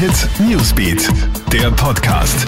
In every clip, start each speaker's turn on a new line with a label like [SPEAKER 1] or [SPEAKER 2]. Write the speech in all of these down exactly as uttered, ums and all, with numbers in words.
[SPEAKER 1] Hit Newsbeat, der Podcast.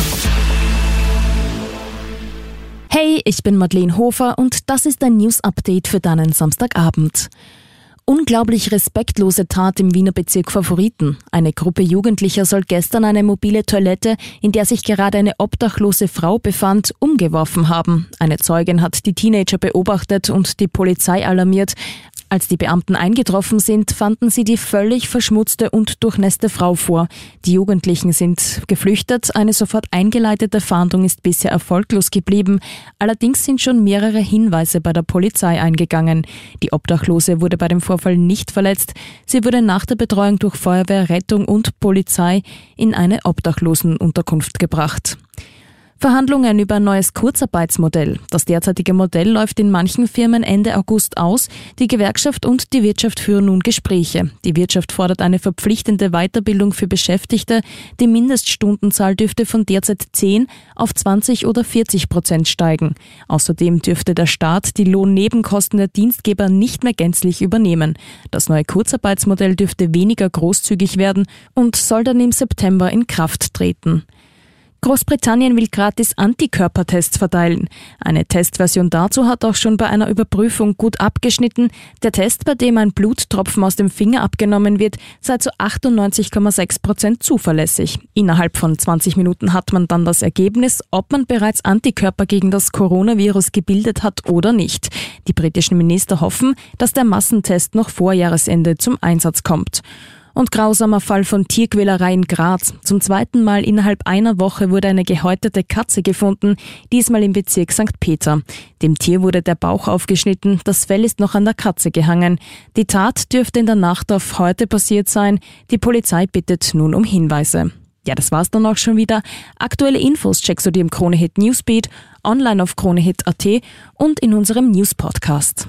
[SPEAKER 2] Hey, ich bin Madeleine Hofer und das ist ein News-Update für deinen Samstagabend. Unglaublich respektlose Tat im Wiener Bezirk Favoriten. Eine Gruppe Jugendlicher soll gestern eine mobile Toilette, in der sich gerade eine obdachlose Frau befand, umgeworfen haben. Eine Zeugin hat die Teenager beobachtet und die Polizei alarmiert. Als die Beamten eingetroffen sind, fanden sie die völlig verschmutzte und durchnässte Frau vor. Die Jugendlichen sind geflüchtet. Eine sofort eingeleitete Fahndung ist bisher erfolglos geblieben. Allerdings sind schon mehrere Hinweise bei der Polizei eingegangen. Die Obdachlose wurde bei dem Vorfall nicht verletzt. Sie wurde nach der Betreuung durch Feuerwehr, Rettung und Polizei in eine Obdachlosenunterkunft gebracht. Verhandlungen über ein neues Kurzarbeitsmodell. Das derzeitige Modell läuft in manchen Firmen Ende August aus. Die Gewerkschaft und die Wirtschaft führen nun Gespräche. Die Wirtschaft fordert eine verpflichtende Weiterbildung für Beschäftigte. Die Mindeststundenzahl dürfte von derzeit zehn auf zwanzig oder vierzig Prozent steigen. Außerdem dürfte der Staat die Lohnnebenkosten der Dienstgeber nicht mehr gänzlich übernehmen. Das neue Kurzarbeitsmodell dürfte weniger großzügig werden und soll dann im September in Kraft treten. Großbritannien will gratis Antikörpertests verteilen. Eine Testversion dazu hat auch schon bei einer Überprüfung gut abgeschnitten. Der Test, bei dem ein Bluttropfen aus dem Finger abgenommen wird, sei zu achtundneunzig Komma sechs Prozent zuverlässig. Innerhalb von zwanzig Minuten hat man dann das Ergebnis, ob man bereits Antikörper gegen das Coronavirus gebildet hat oder nicht. Die britischen Minister hoffen, dass der Massentest noch vor Jahresende zum Einsatz kommt. Und grausamer Fall von Tierquälerei in Graz. Zum zweiten Mal innerhalb einer Woche wurde eine gehäutete Katze gefunden, diesmal im Bezirk Sankt Peter. Dem Tier wurde der Bauch aufgeschnitten, das Fell ist noch an der Katze gehangen. Die Tat dürfte in der Nacht auf heute passiert sein. Die Polizei bittet nun um Hinweise. Ja, das war's dann auch schon wieder. Aktuelle Infos checkst du dir im Krone-Hit Newsbeat, online auf kronehit punkt at und in unserem News-Podcast.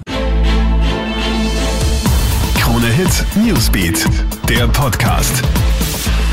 [SPEAKER 1] Krone Hit Newsbeat, der Podcast.